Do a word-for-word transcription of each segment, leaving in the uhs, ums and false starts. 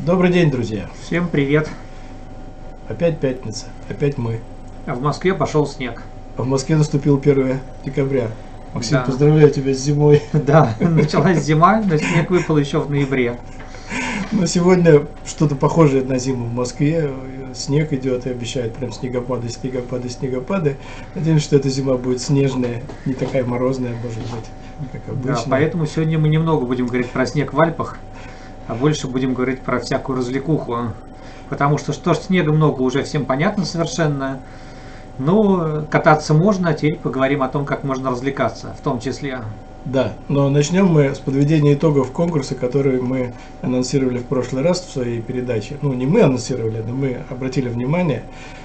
Добрый день, друзья. Всем привет. Опять пятница, опять мы. А в Москве пошел снег. А в Москве наступил первое декабря. Максим, Да. поздравляю тебя с зимой. Да, началась зима, но снег выпал еще в ноябре. Но сегодня что-то похожее на зиму в Москве. Снег идет и обещают прям снегопады, снегопады, снегопады. Надеюсь, что эта зима будет снежная, не такая морозная, может быть, как обычно. Да, поэтому сегодня мы немного будем говорить про снег в Альпах, а больше будем говорить про всякую развлекуху. Потому что что ж снега много, уже всем понятно совершенно. Ну, кататься можно, а теперь поговорим о том, как можно развлекаться, в том числе. Да, но начнем мы с подведения итогов конкурса, который мы анонсировали в прошлый раз в своей передаче. Ну, не мы анонсировали, но мы обратили внимание.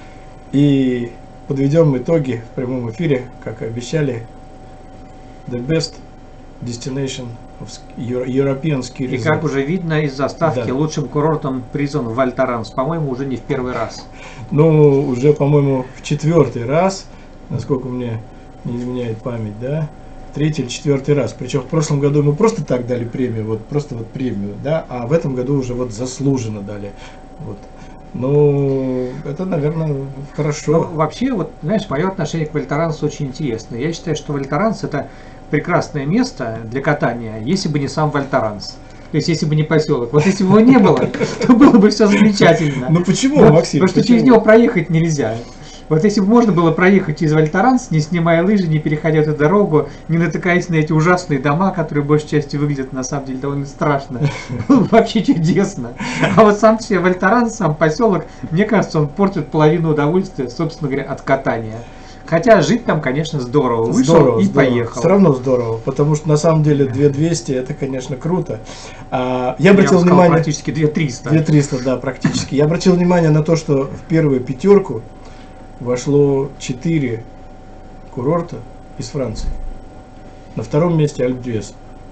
И подведем итоги в прямом эфире, как и обещали. The best destination of European ski resort. И как уже видно из заставки, Да. лучшим курортом признан Валь Торанс. По-моему, уже не в первый раз. Ну, уже, по-моему, в четвертый раз, насколько мне не изменяет память, да? Третий или четвертый раз. Причем в прошлом году мы просто так дали премию, вот просто вот премию, да, а в этом году уже вот заслуженно дали. Вот. Ну, это, наверное, хорошо. Ну, вообще, вот, знаешь, мое отношение к Валь Торансу очень интересно. Я считаю, что Валь Торанс это прекрасное место для катания, если бы не сам Валь Торанс. То есть, если бы не поселок. Вот если бы его не было, то было бы все замечательно. Ну почему, Да, Максим? Потому что почему? через него проехать нельзя. Вот если бы можно было проехать через Валь Торанс, не снимая лыжи, не переходя эту дорогу, не натыкаясь на эти ужасные дома, которые большей частью выглядят на самом деле довольно страшно, было бы вообще чудесно. А вот сам себе Валь Торанс, сам поселок, мне кажется, он портит половину удовольствия, собственно говоря, от катания. Хотя жить там, конечно, здорово. Вышел Здорово, и здорово. поехал. Все равно здорово, потому что на самом деле две тысячи двести это, конечно, круто. А, я Я обратил бы сказал, внимание... практически две тысячи триста. две тысячи триста, да, практически. Я обратил внимание на то, что в первую пятерку вошло четыре курорта из Франции. На втором месте Альп д'Huez.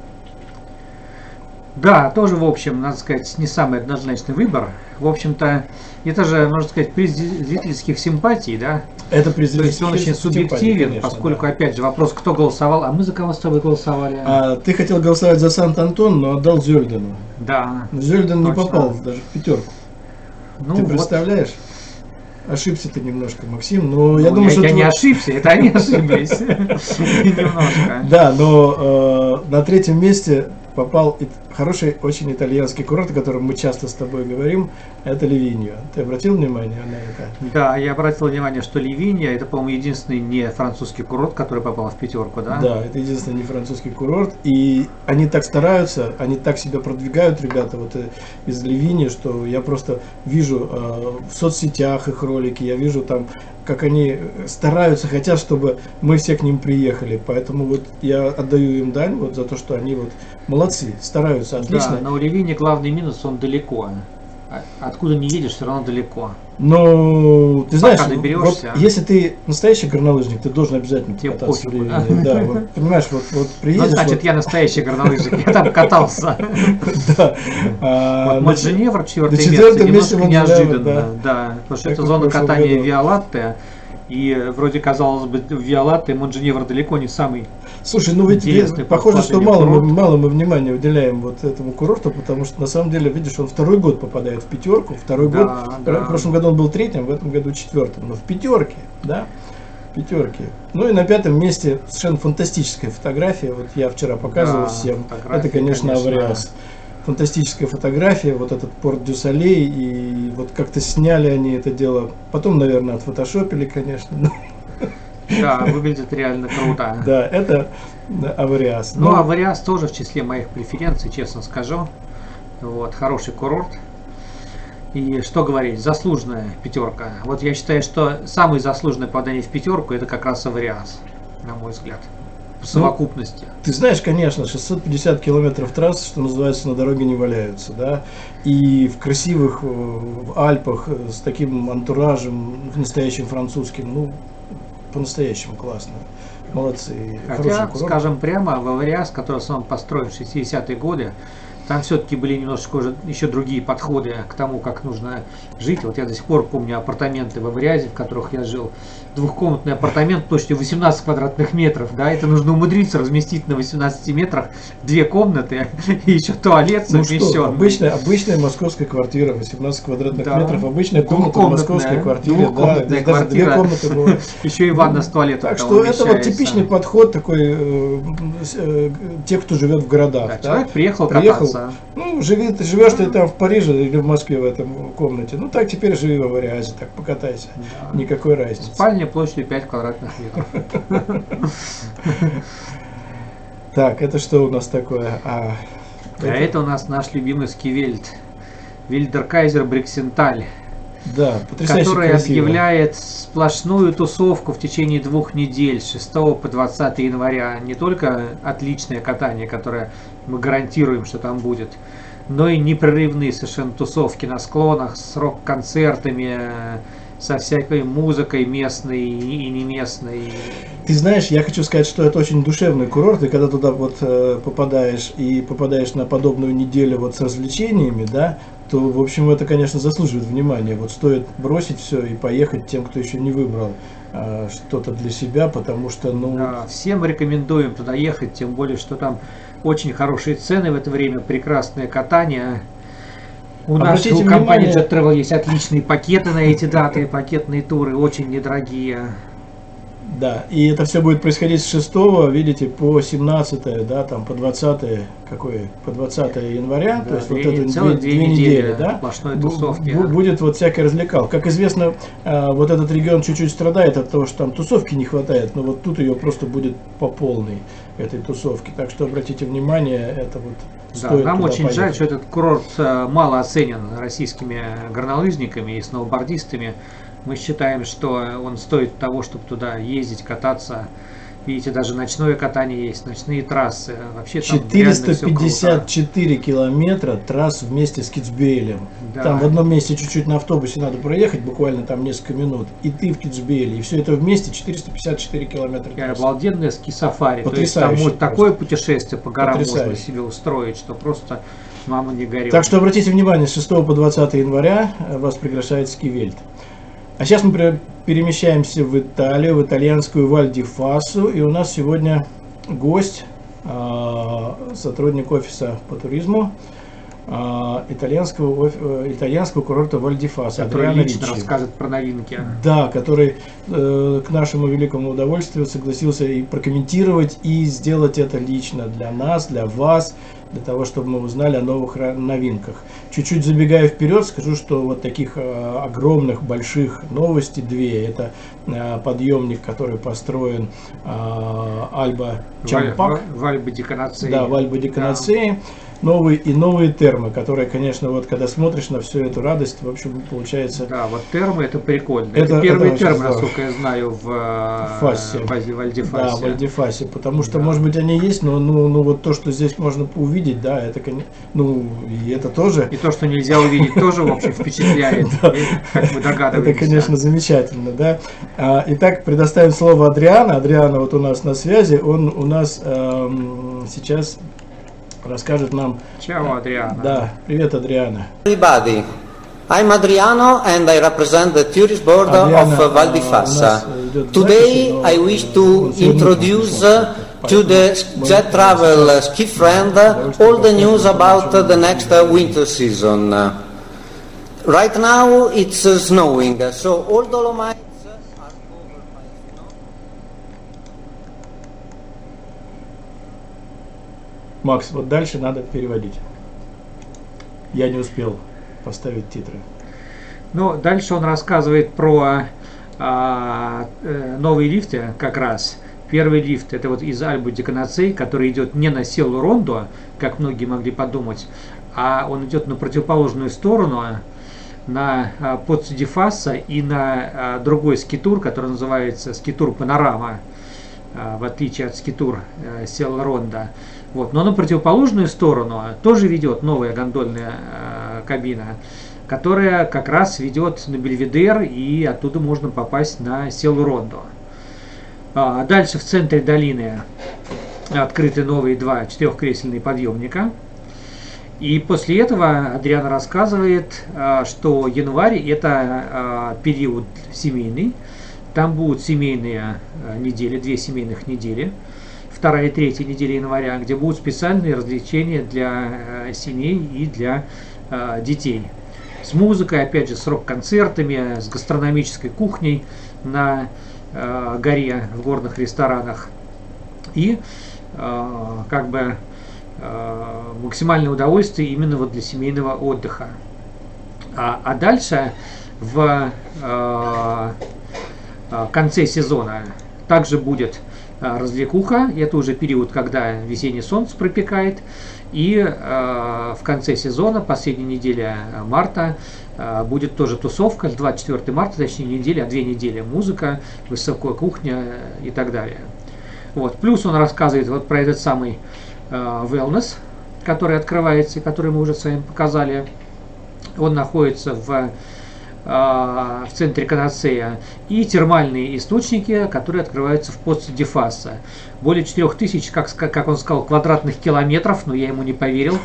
Да, тоже, в общем, надо сказать, не самый однозначный выбор. В общем-то, это же, можно сказать, приз зрительских симпатий, да? Это приз То есть он очень симпатии, субъективен, конечно, поскольку, да. опять же, вопрос, кто голосовал, а мы за кого с тобой голосовали? А, ты хотел голосовать за Сант-Антон, но отдал Зёльдену. Да. Но Зёльден не Точно. попал даже в пятерку. Ну, Ты вот. представляешь? Ошибся ты немножко, Максим, но Ну, я думаю, я, что... я ты- не ошибся, это они ошиблись. Немножко. Да, но э, на третьем месте попал ит- хороший очень итальянский курорт, о котором мы часто с тобой говорим, это Ливиньо. Ты обратил внимание на это? Да, я обратил внимание, что Ливинья это, по-моему, единственный не французский курорт, который попал в пятерку, да? Да, это единственный не французский курорт, и они так стараются, они так себя продвигают, ребята, вот э, из Ливиньи, что я просто вижу э, в соцсетях их ролики, я вижу там, как они стараются, хотят, чтобы мы все к ним приехали, поэтому вот я отдаю им дань вот за то, что они вот молодцы, стараются отлично. Да, но у Ливиньи главный минус, он далеко. А- Откуда не едешь, все равно далеко. Но ты знаешь, Пока вот доберешься. если ты настоящий горнолыжник, ты должен обязательно Тебе покататься в пофигу, Ливиньи. Да, вот, понимаешь, вот, вот Ну, приедешь. значит, вот- я настоящий горнолыжник, я там катался. Да. А, Вот на че- Монтеневр, четвертое на место, четвертом немножко месте Монтеневр, неожиданно. да. Да, потому что Как это и в зона прошлом катания году. Виолатте. И вроде казалось бы, Виолатте, Монтеневр далеко не самый. Слушай, ну ведь Интересный ве- похоже, что плавательный мало мы, курорт. мало мы внимания уделяем вот этому курорту, потому что на самом деле, видишь, он второй год попадает в пятерку, второй Да, год, да. в прошлом году он был третьим, в этом году четвертым, но в пятерке, да, в пятерке. Ну и на пятом месте совершенно фантастическая фотография, вот я вчера показывал Да, всем, фотография, это, конечно, конечно. Авриас. Фантастическая фотография, вот этот порт Дю-Солей, и вот как-то сняли они это дело, потом, наверное, отфотошопили, конечно. Да, выглядит реально круто. Да, это Авриас. Ну, а Авриас тоже в числе моих преференций, честно скажу. Вот, хороший курорт. И что говорить, заслуженная пятерка. Вот я считаю, что самый заслуженный попадание в пятерку это как раз Авриас, на мой взгляд. По совокупности. Ты знаешь, конечно, шестьсот пятьдесят километров трасс, что называется, на дороге не валяются, да, и в красивых э, в Альпах э, с таким антуражем, настоящим французским, ну, по-настоящему классно. Молодцы. Хороший Хотя, курорт. скажем прямо, в Авриас, который сам построен в шестидесятые годы, Там все-таки были немножечко уже еще другие подходы к тому, как нужно жить. Вот я до сих пор помню апартаменты в Эвриазе, в которых я жил. Двухкомнатный апартамент площадью восемнадцать квадратных метров. Да, это нужно умудриться разместить на восемнадцати метрах две комнаты и еще туалет совмещенный. Ну что, обычная, обычная московская квартира, восемнадцать квадратных да. Метров, обычная комната в московской квартире. Да, даже две комнаты было. Еще и ванна с туалетом. Так что это вот типичный подход такой, тех, кто живет в городах. Человек приехал кататься. Ну, живи, ты живешь ты там в Париже или в Москве в этом комнате. Ну так теперь живи в Эвриазе, так покатайся. Да. Никакой разницы. Спальня площадью пять квадратных метров. Так, это что у нас такое? А это у нас наш любимый Скивельт. Вильдеркайзер Бриксенталь. Да, потрясающе который красиво. Объявляет сплошную тусовку в течение двух недель, с шестого по двадцатое января. Не только отличное катание, которое мы гарантируем, что там будет, но и непрерывные совершенно тусовки на склонах с рок-концертами, со всякой музыкой местной и не местной. Ты знаешь, я хочу сказать, что это очень душевный курорт, и когда туда вот э, попадаешь и попадаешь на подобную неделю вот с развлечениями, да, то, в общем, это, конечно, заслуживает внимания. Вот стоит бросить все и поехать тем, кто еще не выбрал э, что-то для себя, потому что, ну... Да, всем рекомендуем туда ехать, тем более, что там очень хорошие цены в это время, прекрасное катание. У нас у компании Jet Travel есть отличные пакеты на эти даты, пакетные туры, очень недорогие. Да, и это все будет происходить с шестого, видите, по семнадцатое, да, там по двадцатое, какое, по двадцатое января, да, то есть две, вот это две, две, две недели, недели, да, тусовки, б- будет вот всякая развлекал. Как известно, вот этот регион чуть-чуть страдает от того, что там тусовки не хватает, но вот тут ее просто будет по полной, этой тусовки. Так что обратите внимание, это вот да, стоит нам очень поехать. жаль, что этот курорт мало оценен российскими горнолыжниками и сноубордистами. Мы считаем, что он стоит того, чтобы туда ездить, кататься. Видите, даже ночное катание есть, ночные трассы. Вообще там четыреста пятьдесят четыре километра трасс вместе с Китсбейлем. Да. Там в одном месте чуть-чуть на автобусе надо проехать, буквально там несколько минут, и ты в Китсбейле. И все это вместе четыреста пятьдесят четыре километра. И обалденное ски-сафари. То есть там вот такое путешествие по горам Потрясающе. Можно себе устроить, что просто мама не горюет. Так что обратите внимание, с шестого по двадцатое января вас приглашает Скивельт. А сейчас мы перемещаемся в Италию, в итальянскую Валь-ди-Фасу, и у нас сегодня гость, сотрудник офиса по туризму итальянского, итальянского курорта Валь-ди-Фаса. Который Адриано лично Риччи расскажет про новинки. Да, который к нашему великому удовольствию согласился и прокомментировать, и сделать это лично для нас, для вас, для того, чтобы мы узнали о новых новинках. Чуть-чуть забегая вперед, скажу, что вот таких э, огромных, больших новостей две. Это э, подъемник, который построен э, Альба Чампак. В Альбе ди Канацеи. Да, в Альбе ди Канацеи. Да. Новые и новые термы, которые, конечно, вот когда смотришь на всю эту радость, в общем, получается... Да, вот термы это прикольно. Это, это первые термы, насколько я знаю, в, в Фасе. В Валь-ди-Фасе. Да, в Валь-ди-Фасе, потому что, да. может быть, они есть, но ну, ну, вот то, что здесь можно увидеть, да, это, ну, и это тоже... И то, что нельзя увидеть, тоже, в общем, впечатляет, как мы догадываемся. Это, конечно, замечательно, да. Итак, предоставим слово Адриано. Адриано вот у нас на связи, он у нас сейчас... расскажет нам. Ciao, Adriano. Да, привет, Адриано. Everybody, I'm Adriano and I represent the tourist board Adriano, of Val di Fassa. Today I wish to introduce to the Jet Travel ski friend all the news about the next winter season. Right now it's snowing, so all Dolomites. Макс, вот дальше надо переводить. Я не успел поставить титры. Ну, дальше он рассказывает про а, э, новые лифты как раз. Первый лифт это вот из Альбы ди Канацеи, который идет не на Селу Рондо, как многие могли подумать, а он идет на противоположную сторону, на а, Позцо ди Фасса и на а, другой скитур, который называется скитур Панорама, а, в отличие от скитур а, Села Рондо. Вот. Но на противоположную сторону тоже ведет новая гондольная э, кабина, которая как раз ведет на Бельведер, и оттуда можно попасть на Селу Рондо. А дальше в центре долины открыты новые два четырехкресельные подъемника. И после этого Адриано рассказывает, что январь – это период семейный. Там будут семейные недели, две семейных недели, вторая и третья неделя января, где будут специальные развлечения для семей и для детей. С музыкой, опять же, с рок-концертами, с гастрономической кухней на горе, в горных ресторанах. И как бы максимальное удовольствие именно вот для семейного отдыха. А, а дальше в э, конце сезона также будет развлекуха. Это уже период, когда весеннее солнце пропекает. И э, в конце сезона, последняя неделя марта, э, будет тоже тусовка. двадцать четвёртого марта, точнее неделя, а две недели музыка, высокая кухня и так далее. Вот. Плюс он рассказывает вот про этот самый wellness, который открывается, который мы уже с вами показали. Он находится в, в центре Канацея. И термальные источники, которые открываются в Позцо ди Фасса. Более четырех тысяч, как, как он сказал, квадратных километров, но я ему не поверил,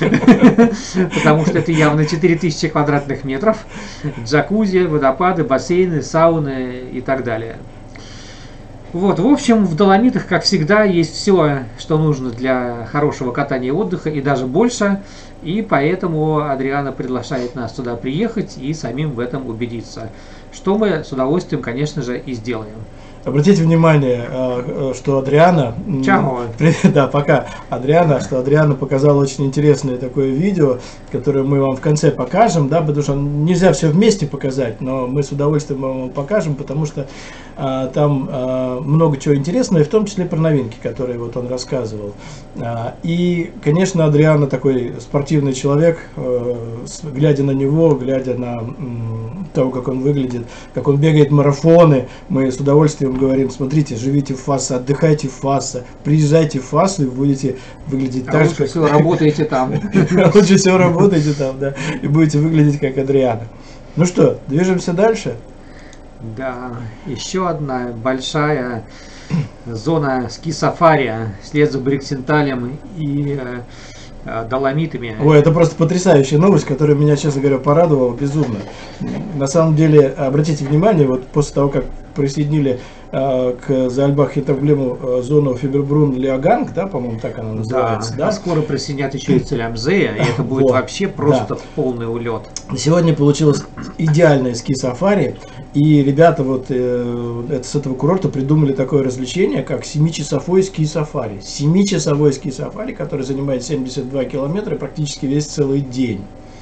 потому что это явно четыре тысячи квадратных метров. Джакузи, водопады, бассейны, сауны и так далее. Вот, в общем, в Доломитах, как всегда, есть все, что нужно для хорошего катания и отдыха, и даже больше. И поэтому Адриано приглашает нас туда приехать и самим в этом убедиться. Что мы с удовольствием, конечно же, и сделаем. Обратите внимание, что Адриано... Чао. Да, пока. Адриано, что Адриано показал очень интересное такое видео, которое мы вам в конце покажем, да, потому что нельзя все вместе показать, но мы с удовольствием вам его покажем, потому что а, там а, много чего интересного, и в том числе про новинки, которые вот он рассказывал. А, и, конечно, Адриано такой спортивный человек, а, глядя на него, глядя на м, то, как он выглядит, как он бегает марафоны, мы с удовольствием говорим: смотрите, живите в Фассе, отдыхайте в Фассе, приезжайте в Фассу, и будете выглядеть а так же, лучше как... всего работаете там. Лучше всего работаете там, да, и будете выглядеть как Адриано. Ну что, движемся дальше? Да, еще одна большая зона ски-сафари вслед за Бриксенталем и э, Доломитами. Ой, это просто потрясающая новость, которая меня, честно говоря, порадовала безумно. На самом деле, обратите внимание, вот после того, как присоединили э, к Зальбах-Хинтергемму э, зону Фибербрун-Лиоганг, да, по-моему, так она называется. Да, да? А скоро присоединят еще и Целямзея, и это будет вот, вообще просто да. полный улет. Сегодня получилось идеальное ски-сафари, и ребята вот э, это, с этого курорта придумали такое развлечение, как семичасовой ски-сафари. Семичасовой ски-сафари, который занимает семьдесят два километра практически весь целый день.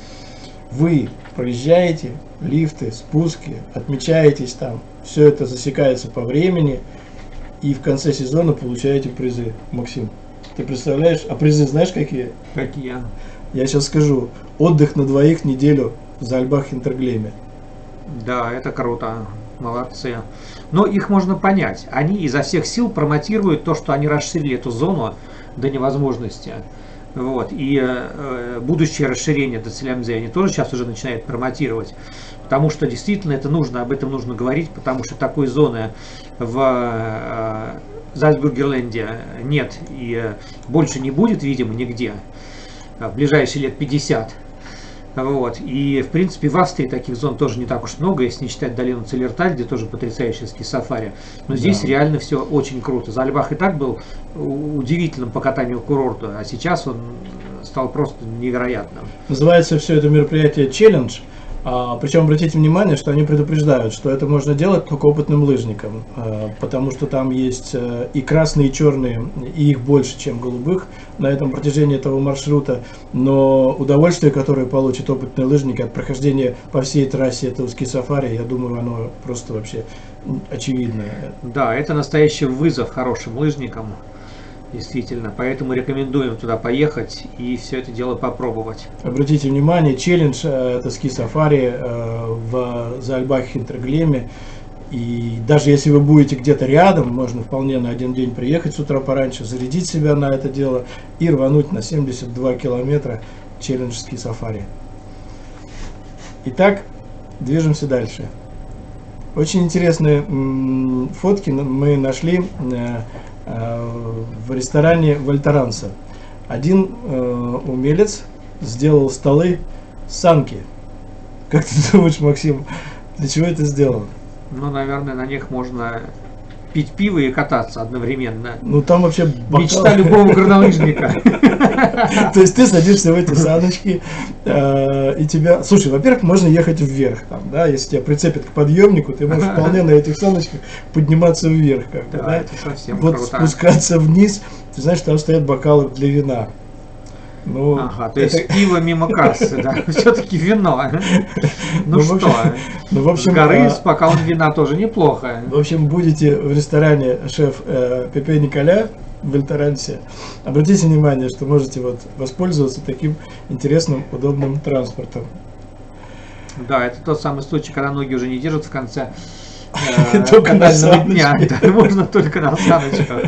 Вы проезжаете лифты, спуски, отмечаетесь там, все это засекается по времени, и в конце сезона получаете призы. Максим, ты представляешь? А призы знаешь какие? Какие? Я сейчас скажу. Отдых на двоих неделю в Зальбах-Хинтергемме. Да, это круто. Молодцы. Но их можно понять. Они изо всех сил промотируют то, что они расширили эту зону до невозможности. Вот. И э, будущее расширение до Целямзея они тоже сейчас уже начинают промотировать. Потому что действительно это нужно, об этом нужно говорить, потому что такой зоны в э, Зальцбургерленде нет и э, больше не будет, видимо, нигде в ближайшие лет пятьдесят. Вот. И, в принципе, в Австрии таких зон тоже не так уж много, если не считать долину Целерталь, где тоже потрясающий ски-сафари. Но здесь да. реально все очень круто. Зальбах и так был удивительным по катанию курорту, а сейчас он стал просто невероятным. Называется все это мероприятие «Челлендж». А, причем обратите внимание, что они предупреждают, что это можно делать только опытным лыжникам, а, потому что там есть а, и красные, и черные, и их больше, чем голубых на этом протяжении этого маршрута. Но удовольствие, которое получат опытные лыжники от прохождения по всей трассе этого ски-сафари, я думаю, оно просто вообще очевидное. Да, это настоящий вызов хорошим лыжникам. Действительно, поэтому рекомендуем туда поехать и все это дело попробовать. Обратите внимание, челлендж это ски-сафари в Зальбах-Хинтергемме. И даже если вы будете где-то рядом, можно вполне на один день приехать с утра пораньше, зарядить себя на это дело и рвануть на семьдесят два километра челлендж ски-сафари. Итак, движемся дальше. Очень интересные м, фотки мы нашли в ресторане Вольтеранса. Один э, умелец сделал столы, санки. Как ты думаешь, Максим, для чего это сделано? Ну, наверное, на них можно пить пиво и кататься одновременно. Ну, там вообще бокал. Мечта любого горнолыжника. То есть ты садишься в эти саночки, и тебя... Слушай, во-первых, можно ехать вверх, там, да, если тебя прицепят к подъемнику, ты можешь вполне на этих саночках подниматься вверх, как бы, да. Это совсем вот круто. Спускаться вниз, ты знаешь, там стоят бокалы для вина. Ну, ага, то это... есть пиво мимо кассы, да, все-таки вино. Ну, ну что, в общем, ну, в общем, с горы а... с бокалом вина тоже неплохо. В общем, будете в ресторане шеф э, Пепе Николя в Вольтерансе, обратите внимание, что можете вот воспользоваться таким интересным, удобным транспортом. Да, это тот самый случай, когда ноги уже не держат в конце э, катального дня, да, можно только на саночках.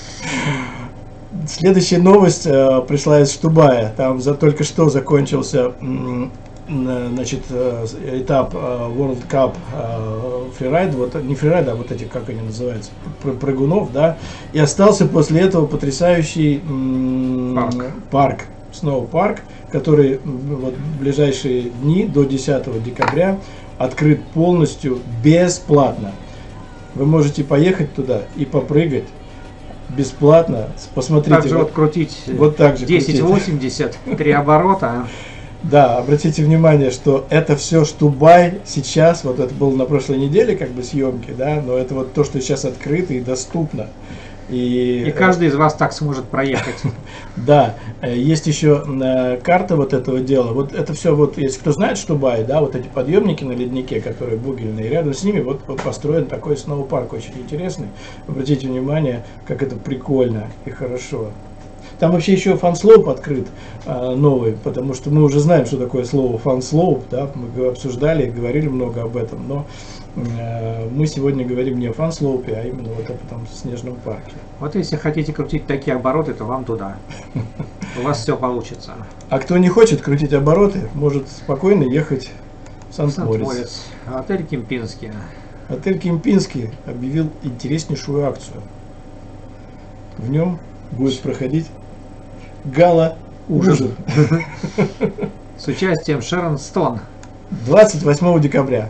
Следующая новость э, пришла из Штубая. Там за, только что закончился м, значит, э, этап э, World Cup э, фрирайд, вот, не фрирайд, а вот эти, как они называются, прыгунов, да. И остался после этого потрясающий м, парк. парк, сноу-парк, который вот, в ближайшие дни до десятого декабря открыт полностью бесплатно. Вы можете поехать туда и попрыгать бесплатно. Посмотрите. Также вот, вот крутить вот так же десять восемьдесят, три оборота. Да, обратите внимание, что это все Штубай сейчас, вот это было на прошлой неделе как бы съемки, да, но это вот то, что сейчас открыто и доступно. И, и каждый из вас так сможет проехать. Да, есть еще карта вот этого дела. Вот это все, вот, если кто знает Штубай, да, вот эти подъемники на леднике, которые бугельные, рядом с ними вот построен такой сноу-парк очень интересный. Обратите внимание, как это прикольно и хорошо. Там вообще еще фан-слоуп открыт а, новый, потому что мы уже знаем, что такое слово фан-слоуп, да, мы обсуждали, говорили много об этом, но э, мы сегодня говорим не о фан-слоупе, а именно вот об этом снежном парке. Вот если хотите крутить такие обороты, то вам туда. У вас все получится. А кто не хочет крутить обороты, может спокойно ехать в Санкт-Морец. Отель Кемпинский. Отель Кемпинский объявил интереснейшую акцию. В нем будет проходить гала-ужин. С участием Шерон Стоун. двадцать восьмого декабря.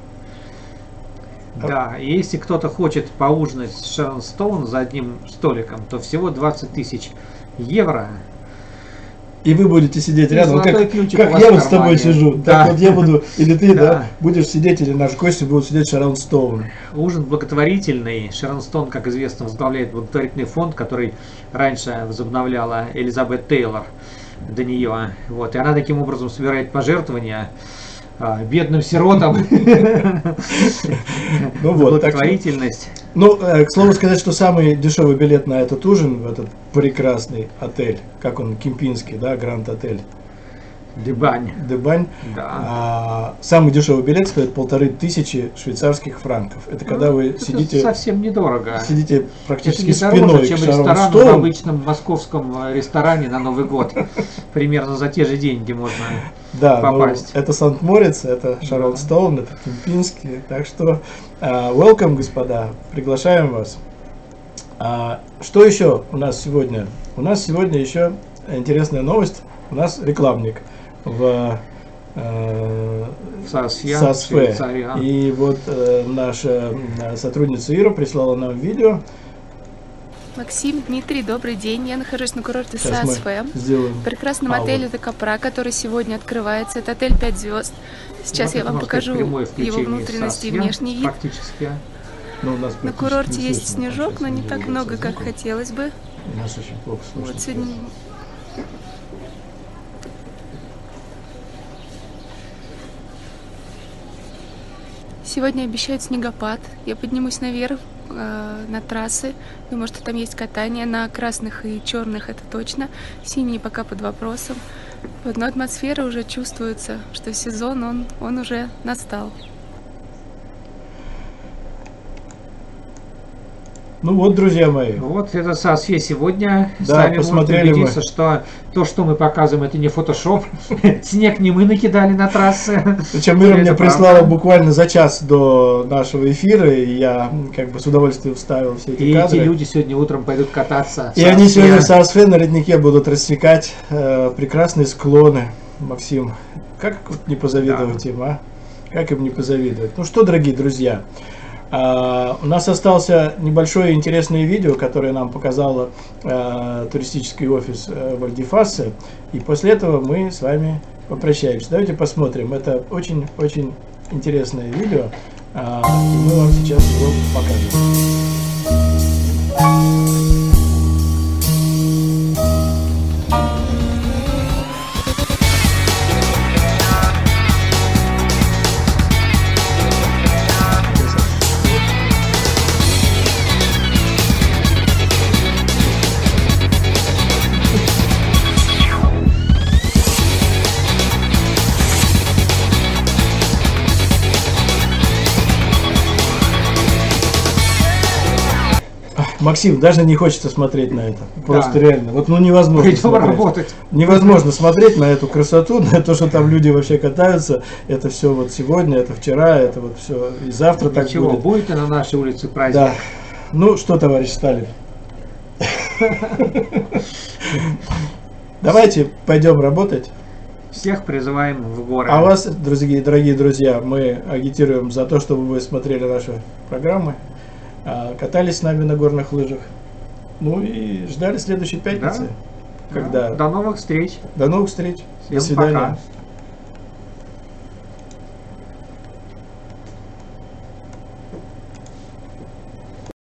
Да, и если кто-то хочет поужинать с Шерон Стоун за одним столиком, то всего двадцать тысяч евро. И вы будете сидеть и рядом, как, как я вот с тобой сижу. Да. Так вот я буду, или ты, да. да, будешь сидеть, или наш гости будут сидеть Шерон Стоун. Ужин благотворительный. Шерон Стоун, как известно, возглавляет благотворительный фонд, который раньше возобновляла Элизабет Тейлор до нее. Вот, и она таким образом собирает пожертвования а, бедным сиротам. Ну вот, благотворительность. Ну, к слову сказать, что самый дешевый билет на этот ужин, в этот прекрасный отель, как он, Кемпинский, да, Гранд Отель. Дебань. Дебань. Да. А, самый дешевый билет стоит полторы тысячи швейцарских франков. Это когда вы это сидите... совсем недорого. Сидите практически это спиной дороже, чем к Шерон ресторан Стоун. в обычном московском ресторане на Новый год. Примерно за те же деньги можно да, попасть. Это Санкт-Морец, это Шерон да. Стоун, это Кемпинский. Так что, uh, welcome, господа, приглашаем вас. Uh, что еще у нас сегодня? У нас сегодня еще интересная новость. У нас рекламник в э, САСФе. И вот э, наша сотрудница Ира прислала нам видео. Максим, Дмитрий, добрый день. Я нахожусь на курорте САСФе. В прекрасном а, отеле вот. Декапра, который сегодня открывается. Это отель пять звезд. Сейчас вот я вам покажу его внутренности и внешний вид. Ну, у нас на курорте есть снежок, но не так много, как хотелось бы. У нас очень плохо слышно. Вот сегодня... Сегодня обещают снегопад. Я поднимусь наверх э, на трассы. Думаю, что там есть катание на красных и черных, это точно. Синие пока под вопросом. Вот, но атмосфера уже чувствуется, что сезон, он, он уже настал. Ну вот, друзья мои. Вот это САСФе сегодня. Да, Сами посмотрели можете убедиться, мы. что то, что мы показываем, это не фотошоп. Снег не мы накидали на трассы. Причем Ира мне прислала буквально за час до нашего эфира, и я как бы с удовольствием вставил все эти и кадры. И эти люди сегодня утром пойдут кататься. И они сегодня в САСФе на леднике будут рассекать э, прекрасные склоны. Максим, как вот не позавидовать Да. им, а? Как им не позавидовать? Ну что, дорогие друзья, а, у нас остался небольшое интересное видео, которое нам показало а, туристический офис а, Вальдифассе, и после этого мы с вами попрощаемся. Давайте посмотрим. Это очень-очень интересное видео, а, и мы вам сейчас его покажем. Максим, даже не хочется смотреть на это. Просто Да. реально. Вот ну невозможно Пойдем смотреть. работать. Невозможно смотреть на эту красоту, на то, что там люди вообще катаются. Это все вот сегодня, это вчера, это вот все и завтра так Ничего, будет. будет и на нашей улице праздник. Да. Ну что, товарищ Сталин? Давайте пойдем работать. Всех призываем в горы. А вас, друзья, дорогие друзья, мы агитируем за то, чтобы вы смотрели наши программы, катались с нами на горных лыжах. Ну и ждали следующей пятницы. Да. Когда... До новых встреч. До новых встреч. Всем До свидания. пока.